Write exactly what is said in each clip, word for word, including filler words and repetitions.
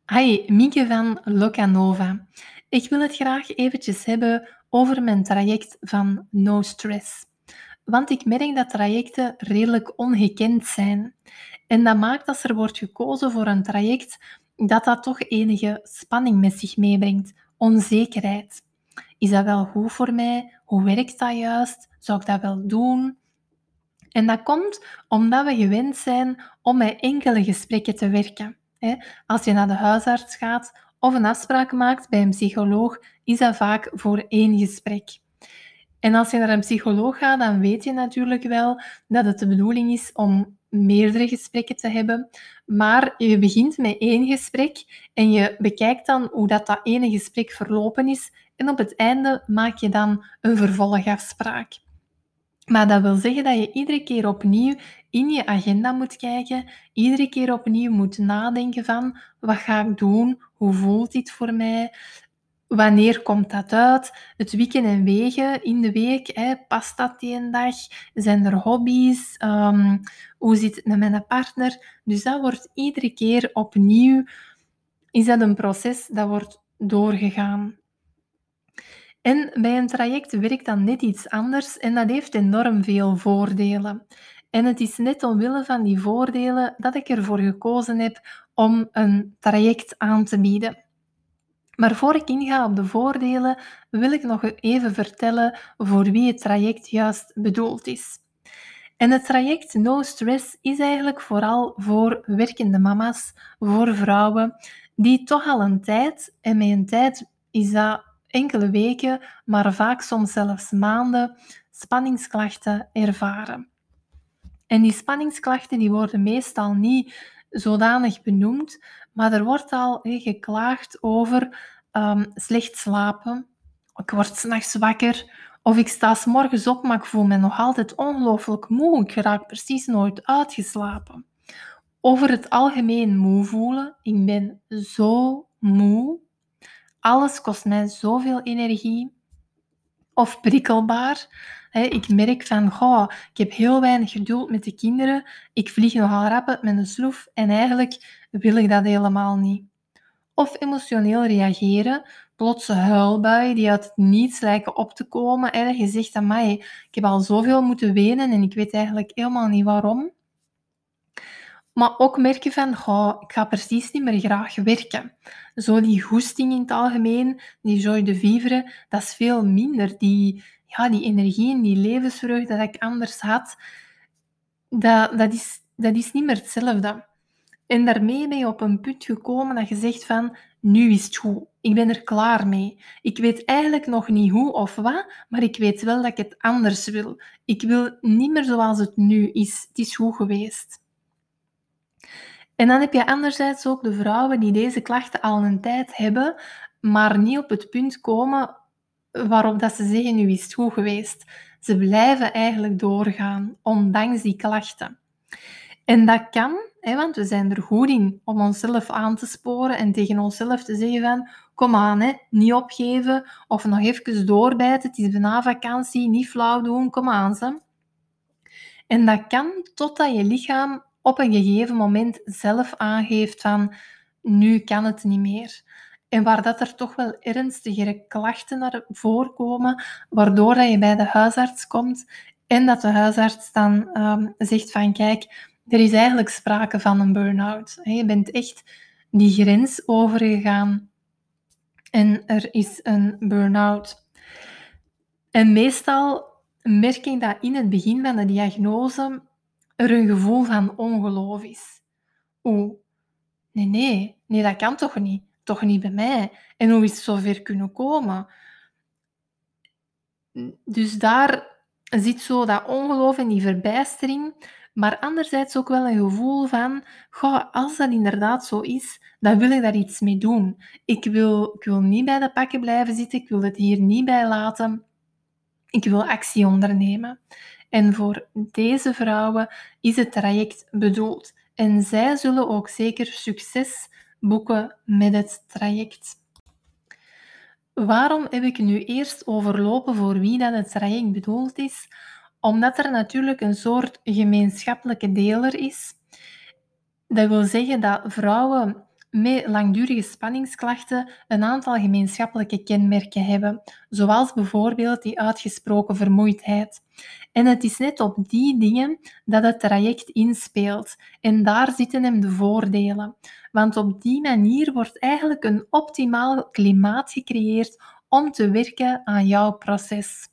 Hi, Mieke van Locanova. Ik wil het graag eventjes hebben over mijn traject van No Stress. Want ik merk dat trajecten redelijk ongekend zijn. En dat maakt als er wordt gekozen voor een traject, dat dat toch enige spanning met zich meebrengt. Onzekerheid. Is dat wel goed voor mij? Hoe werkt dat juist? Zou ik dat wel doen? En dat komt omdat we gewend zijn om met enkele gesprekken te werken. Als je naar de huisarts gaat of een afspraak maakt bij een psycholoog, is dat vaak voor één gesprek. En als je naar een psycholoog gaat, dan weet je natuurlijk wel dat het de bedoeling is om meerdere gesprekken te hebben. Maar je begint met één gesprek en je bekijkt dan hoe dat, dat ene gesprek verlopen is. En op het einde maak je dan een vervolgafspraak. Maar dat wil zeggen dat je iedere keer opnieuw in je agenda moet kijken, iedere keer opnieuw moet nadenken van wat ga ik doen, hoe voelt dit voor mij, wanneer komt dat uit, het wikken en wegen in de week, hè, past dat die een dag, zijn er hobby's, um, hoe zit het met mijn partner. Dus dat wordt iedere keer opnieuw, is dat een proces dat wordt doorgegaan. En bij een traject werkt dat net iets anders en dat heeft enorm veel voordelen. En het is net omwille van die voordelen dat ik ervoor gekozen heb om een traject aan te bieden. Maar voor ik inga op de voordelen, wil ik nog even vertellen voor wie het traject juist bedoeld is. En het traject No Stress is eigenlijk vooral voor werkende mama's, voor vrouwen die toch al een tijd, en met een tijd is dat enkele weken, maar vaak soms zelfs maanden, spanningsklachten ervaren. En die spanningsklachten die worden meestal niet zodanig benoemd, maar er wordt al he, geklaagd over um, slecht slapen. Ik word 's nachts wakker of ik sta 's morgens op, maar ik voel me nog altijd ongelooflijk moe. Ik raak precies nooit uitgeslapen. Over het algemeen moe voelen. Ik ben zo moe. Alles kost mij zoveel energie. Of prikkelbaar. Ik merk van, goh, ik heb heel weinig geduld met de kinderen. Ik vlieg nogal rap met een sloef en eigenlijk wil ik dat helemaal niet. Of emotioneel reageren. Plotse huilbuien die uit het niets lijken op te komen. En je zegt, amai, ik heb al zoveel moeten wenen en ik weet eigenlijk helemaal niet waarom. Maar ook merken van, goh, ik ga precies niet meer graag werken. Zo die goesting in het algemeen, die joie de vivre, dat is veel minder. Die, ja, die energie en die levensvreugde dat ik anders had, dat, dat, is, dat is niet meer hetzelfde. En daarmee ben je op een punt gekomen dat je zegt van, nu is het goed. Ik ben er klaar mee. Ik weet eigenlijk nog niet hoe of wat, maar ik weet wel dat ik het anders wil. Ik wil niet meer zoals het nu is. Het is goed geweest. En dan heb je anderzijds ook de vrouwen die deze klachten al een tijd hebben, maar niet op het punt komen waarop dat ze zeggen, nu is het goed geweest. Ze blijven eigenlijk doorgaan, ondanks die klachten. En dat kan, hè, want we zijn er goed in om onszelf aan te sporen en tegen onszelf te zeggen van, kom aan, hè, niet opgeven of nog even doorbijten, het is bijna vakantie, niet flauw doen, kom aan ze. En dat kan totdat je lichaam op een gegeven moment zelf aangeeft van, nu kan het niet meer. En waar dat er toch wel ernstigere klachten naar voorkomen, waardoor dat je bij de huisarts komt en dat de huisarts dan um, zegt van, kijk, er is eigenlijk sprake van een burn-out. Je bent echt die grens overgegaan en er is een burn-out. En meestal merk ik dat in het begin van de diagnose er een gevoel van ongeloof is. Oeh, nee, nee, nee, dat kan toch niet? Toch niet bij mij? En hoe is het zover kunnen komen? Dus daar zit zo dat ongeloof en die verbijstering, maar anderzijds ook wel een gevoel van, goh, als dat inderdaad zo is, dan wil ik daar iets mee doen. Ik wil, ik wil niet bij de pakken blijven zitten, ik wil het hier niet bij laten. Ik wil actie ondernemen. En voor deze vrouwen is het traject bedoeld. En zij zullen ook zeker succes boeken met het traject. Waarom heb ik nu eerst overlopen voor wie dat het traject bedoeld is? Omdat er natuurlijk een soort gemeenschappelijke deler is. Dat wil zeggen dat vrouwen met langdurige spanningsklachten een aantal gemeenschappelijke kenmerken hebben, zoals bijvoorbeeld die uitgesproken vermoeidheid. En het is net op die dingen dat het traject inspeelt. En daar zitten hem de voordelen. Want op die manier wordt eigenlijk een optimaal klimaat gecreëerd om te werken aan jouw proces.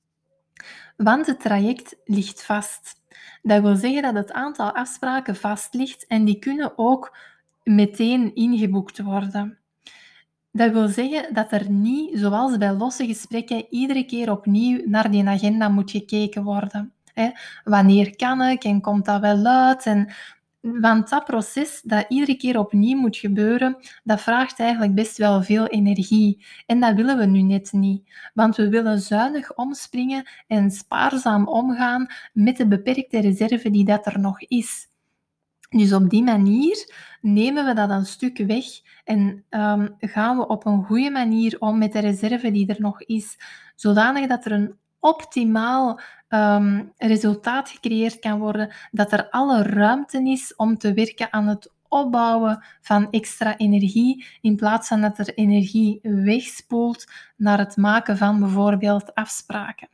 Want het traject ligt vast. Dat wil zeggen dat het aantal afspraken vast ligt en die kunnen ook meteen ingeboekt worden. Dat wil zeggen dat er niet, zoals bij losse gesprekken, iedere keer opnieuw naar die agenda moet gekeken worden. Hè? Wanneer kan ik en komt dat wel uit? En, want dat proces dat iedere keer opnieuw moet gebeuren, dat vraagt eigenlijk best wel veel energie. En dat willen we nu net niet. Want we willen zuinig omspringen en spaarzaam omgaan met de beperkte reserve die dat er nog is. Dus op die manier nemen we dat een stuk weg en um, gaan we op een goede manier om met de reserve die er nog is, zodanig dat er een optimaal um, resultaat gecreëerd kan worden, dat er alle ruimte is om te werken aan het opbouwen van extra energie, in plaats van dat er energie wegspoelt naar het maken van bijvoorbeeld afspraken.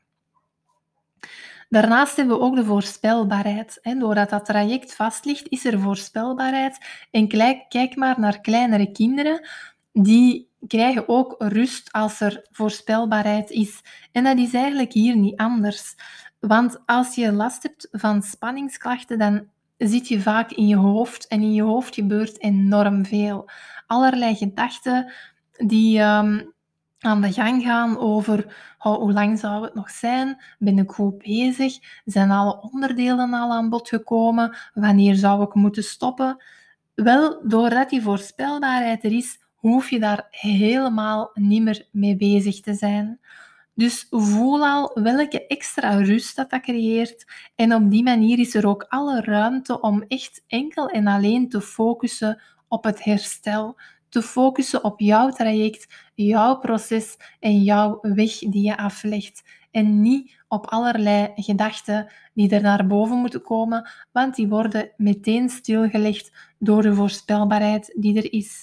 Daarnaast hebben we ook de voorspelbaarheid. Doordat dat traject vast ligt, is er voorspelbaarheid. En kijk maar naar kleinere kinderen, die krijgen ook rust als er voorspelbaarheid is. En dat is eigenlijk hier niet anders. Want als je last hebt van spanningsklachten, dan zit je vaak in je hoofd. En in je hoofd gebeurt enorm veel. Allerlei gedachten die... Um, aan de gang gaan over oh, hoe lang zou het nog zijn, ben ik goed bezig, zijn alle onderdelen al aan bod gekomen, wanneer zou ik moeten stoppen? Wel, doordat die voorspelbaarheid er is, hoef je daar helemaal niet meer mee bezig te zijn. Dus voel al welke extra rust dat, dat creëert en op die manier is er ook alle ruimte om echt enkel en alleen te focussen op het herstel. Te focussen op jouw traject, jouw proces en jouw weg die je aflegt. En niet op allerlei gedachten die er naar boven moeten komen, want die worden meteen stilgelegd door de voorspelbaarheid die er is.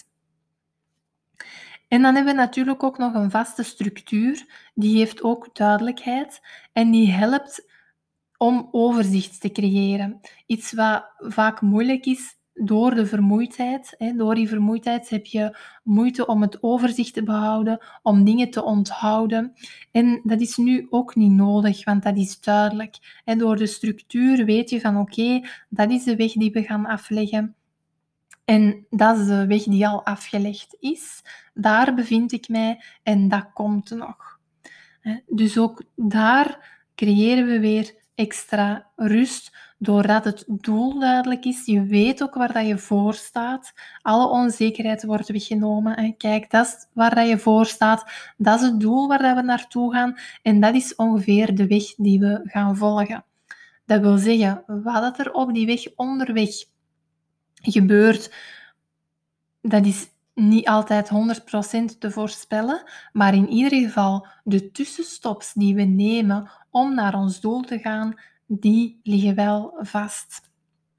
En dan hebben we natuurlijk ook nog een vaste structuur, die heeft ook duidelijkheid en die helpt om overzicht te creëren. Iets wat vaak moeilijk is door de vermoeidheid. Door die vermoeidheid heb je moeite om het overzicht te behouden, om dingen te onthouden. En dat is nu ook niet nodig, want dat is duidelijk. Door de structuur weet je van oké, dat is de weg die we gaan afleggen. En dat is de weg die al afgelegd is. Daar bevind ik mij en dat komt nog. Dus ook daar creëren we weer extra rust, doordat het doel duidelijk is. Je weet ook waar dat je voor staat. Alle onzekerheid wordt weggenomen. Kijk, dat is waar dat je voor staat. Dat is het doel waar dat we naartoe gaan. En dat is ongeveer de weg die we gaan volgen. Dat wil zeggen, wat er op die weg onderweg gebeurt, dat is niet altijd honderd procent te voorspellen, maar in ieder geval de tussenstops die we nemen om naar ons doel te gaan, die liggen wel vast.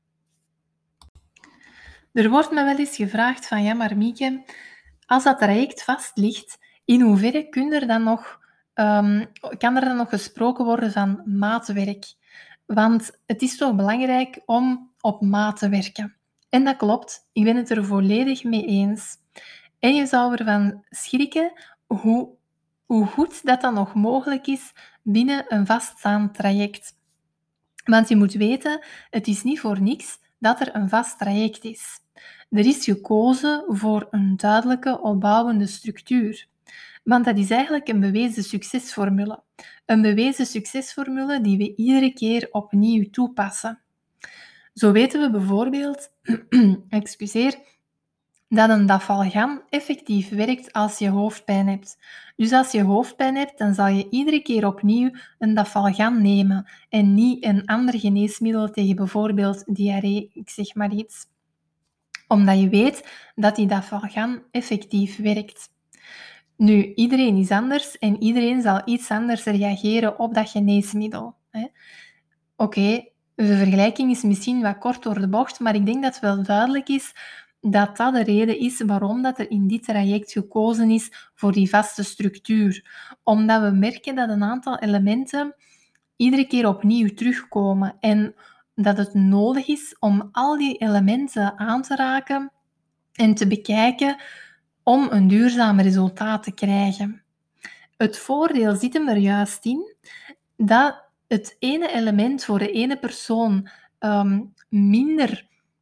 Er wordt me wel eens gevraagd van, ja maar Mieke, als dat traject vast ligt, in hoeverre kun er dan nog, um, kan er dan nog gesproken worden van maatwerk? Want het is toch belangrijk om op maat te werken. En dat klopt, ik ben het er volledig mee eens. En je zou ervan schrikken hoe, hoe goed dat dan nog mogelijk is binnen een vaststaand traject. Want je moet weten, het is niet voor niks dat er een vast traject is. Er is gekozen voor een duidelijke, opbouwende structuur. Want dat is eigenlijk een bewezen succesformule. Een bewezen succesformule die we iedere keer opnieuw toepassen. Zo weten we bijvoorbeeld, excuseer, dat een dafalgan effectief werkt als je hoofdpijn hebt. Dus als je hoofdpijn hebt, dan zal je iedere keer opnieuw een dafalgan nemen en niet een ander geneesmiddel tegen bijvoorbeeld diarree, ik zeg maar iets. Omdat je weet dat die dafalgan effectief werkt. Nu, iedereen is anders en iedereen zal iets anders reageren op dat geneesmiddel. Oké, okay, de vergelijking is misschien wat kort door de bocht, maar ik denk dat het wel duidelijk is dat dat de reden is waarom dat er in dit traject gekozen is voor die vaste structuur. Omdat we merken dat een aantal elementen iedere keer opnieuw terugkomen en dat het nodig is om al die elementen aan te raken en te bekijken om een duurzaam resultaat te krijgen. Het voordeel zit hem er juist in dat het ene element voor de ene persoon um, minder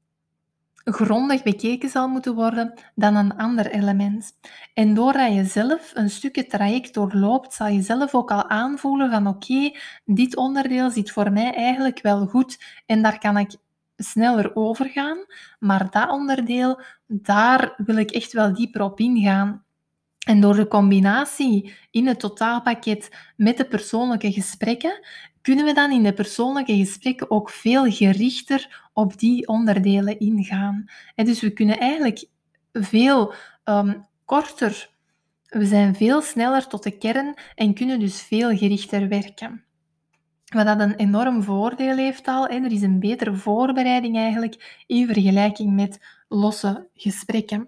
grondig bekeken zal moeten worden dan een ander element. En doordat je zelf een stukje traject doorloopt, zal je zelf ook al aanvoelen van oké, dit onderdeel zit voor mij eigenlijk wel goed en daar kan ik sneller overgaan, maar dat onderdeel, daar wil ik echt wel dieper op ingaan. En door de combinatie in het totaalpakket met de persoonlijke gesprekken, kunnen we dan in de persoonlijke gesprekken ook veel gerichter op die onderdelen ingaan. En dus we kunnen eigenlijk veel um, korter, we zijn veel sneller tot de kern en kunnen dus veel gerichter werken. Wat dat een enorm voordeel heeft al, en er is een betere voorbereiding eigenlijk in vergelijking met losse gesprekken.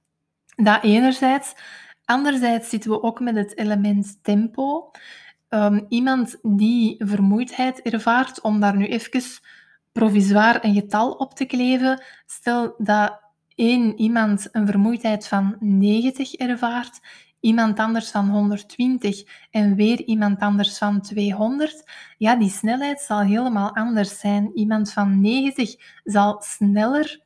Dat enerzijds. Anderzijds zitten we ook met het element tempo. Um, iemand die vermoeidheid ervaart, om daar nu even provisoir een getal op te kleven. Stel dat één iemand een vermoeidheid van negentig ervaart, iemand anders van honderdtwintig en weer iemand anders van tweehonderd. Ja, die snelheid zal helemaal anders zijn. Iemand van negentig zal sneller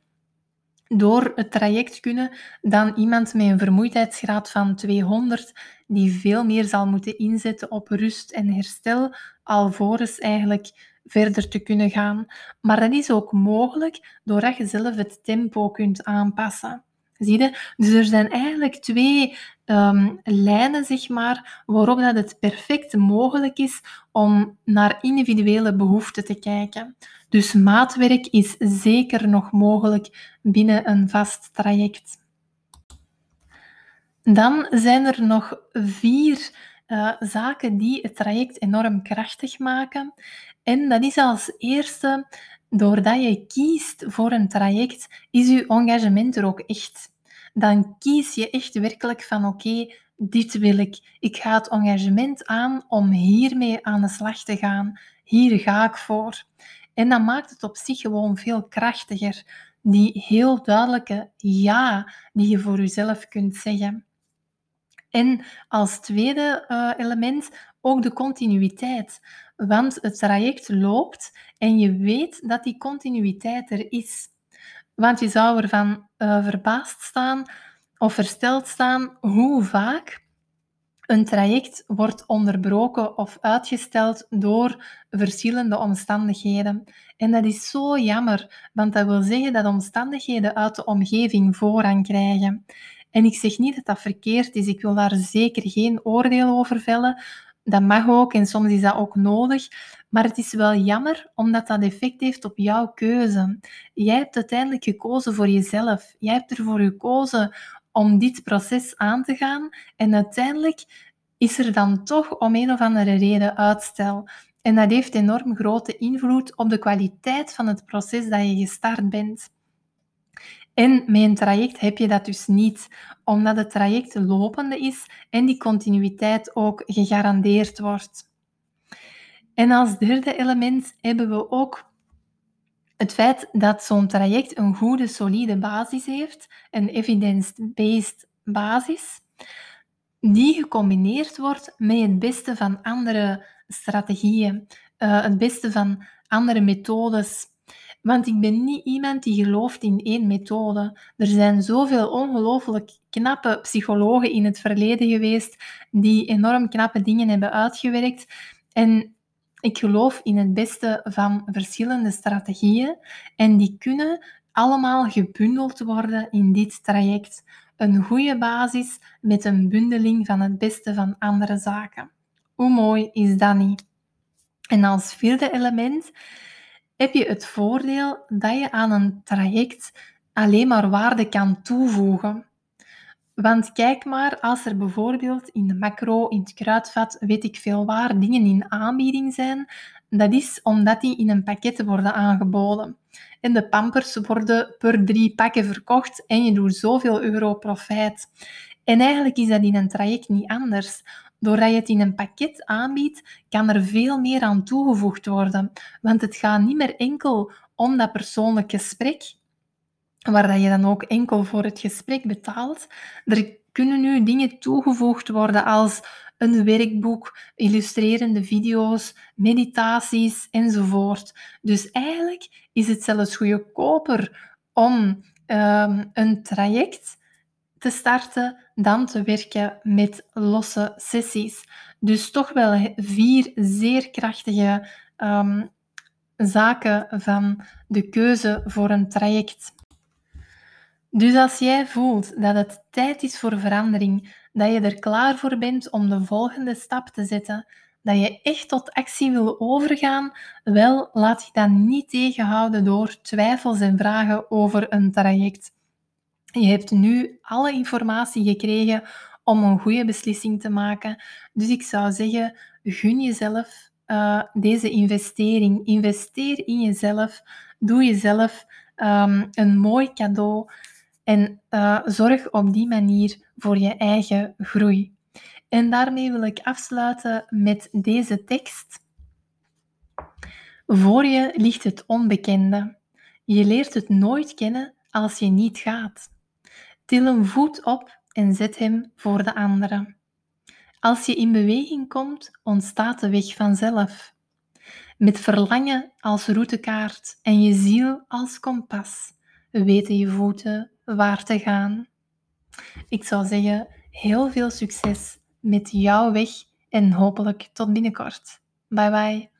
door het traject kunnen dan iemand met een vermoeidheidsgraad van tweehonderd, die veel meer zal moeten inzetten op rust en herstel, alvorens eigenlijk verder te kunnen gaan. Maar dat is ook mogelijk doordat je zelf het tempo kunt aanpassen. Zie je? Dus er zijn eigenlijk twee um, lijnen, zeg maar, waarop dat het perfect mogelijk is om naar individuele behoeften te kijken. Dus maatwerk is zeker nog mogelijk binnen een vast traject. Dan zijn er nog vier uh, zaken die het traject enorm krachtig maken. En dat is als eerste, doordat je kiest voor een traject, is je engagement er ook echt. Dan kies je echt werkelijk van oké, okay, dit wil ik. Ik ga het engagement aan om hiermee aan de slag te gaan. Hier ga ik voor. En dat maakt het op zich gewoon veel krachtiger. Die heel duidelijke ja die je voor jezelf kunt zeggen. En als tweede uh, element ook de continuïteit. Want het traject loopt en je weet dat die continuïteit er is. Want je zou ervan uh, verbaasd staan of versteld staan hoe vaak een traject wordt onderbroken of uitgesteld door verschillende omstandigheden. En dat is zo jammer, want dat wil zeggen dat omstandigheden uit de omgeving voorrang krijgen. En ik zeg niet dat dat verkeerd is, ik wil daar zeker geen oordeel over vellen. Dat mag ook en soms is dat ook nodig. Maar het is wel jammer, omdat dat effect heeft op jouw keuze. Jij hebt uiteindelijk gekozen voor jezelf. Jij hebt ervoor gekozen om dit proces aan te gaan. En uiteindelijk is er dan toch om een of andere reden uitstel. En dat heeft enorm grote invloed op de kwaliteit van het proces dat je gestart bent. En met een traject heb je dat dus niet, omdat het traject lopende is en die continuïteit ook gegarandeerd wordt. En als derde element hebben we ook het feit dat zo'n traject een goede, solide basis heeft, een evidence-based basis, die gecombineerd wordt met het beste van andere strategieën, uh, het beste van andere methodes. Want ik ben niet iemand die gelooft in één methode. Er zijn zoveel ongelooflijk knappe psychologen in het verleden geweest die enorm knappe dingen hebben uitgewerkt. En ik geloof in het beste van verschillende strategieën en die kunnen allemaal gebundeld worden in dit traject. Een goede basis met een bundeling van het beste van andere zaken. Hoe mooi is dat niet? En als vierde element heb je het voordeel dat je aan een traject alleen maar waarde kan toevoegen. Want kijk maar, als er bijvoorbeeld in de macro, in het kruidvat, weet ik veel waar, dingen in aanbieding zijn, dat is omdat die in een pakket worden aangeboden. En de Pampers worden per drie pakken verkocht en je doet zoveel euro profijt. En eigenlijk is dat in een traject niet anders. Doordat je het in een pakket aanbiedt, kan er veel meer aan toegevoegd worden. Want het gaat niet meer enkel om dat persoonlijk gesprek, waar dat je dan ook enkel voor het gesprek betaalt. Er kunnen nu dingen toegevoegd worden als een werkboek, illustrerende video's, meditaties enzovoort. Dus eigenlijk is het zelfs goedkoper om um, een traject te starten dan te werken met losse sessies. Dus toch wel vier zeer krachtige um, zaken van de keuze voor een traject. Dus als jij voelt dat het tijd is voor verandering, dat je er klaar voor bent om de volgende stap te zetten, dat je echt tot actie wil overgaan, wel, laat je dan niet tegenhouden door twijfels en vragen over een traject. Je hebt nu alle informatie gekregen om een goede beslissing te maken. Dus ik zou zeggen, gun jezelf uh, deze investering. Investeer in jezelf. Doe jezelf um, een mooi cadeau. En uh, zorg op die manier voor je eigen groei. En daarmee wil ik afsluiten met deze tekst. Voor je ligt het onbekende. Je leert het nooit kennen als je niet gaat. Til een voet op en zet hem voor de anderen. Als je in beweging komt, ontstaat de weg vanzelf. Met verlangen als routekaart en je ziel als kompas, weten je voeten waar te gaan. Ik zou zeggen, heel veel succes met jouw weg en hopelijk tot binnenkort. Bye bye.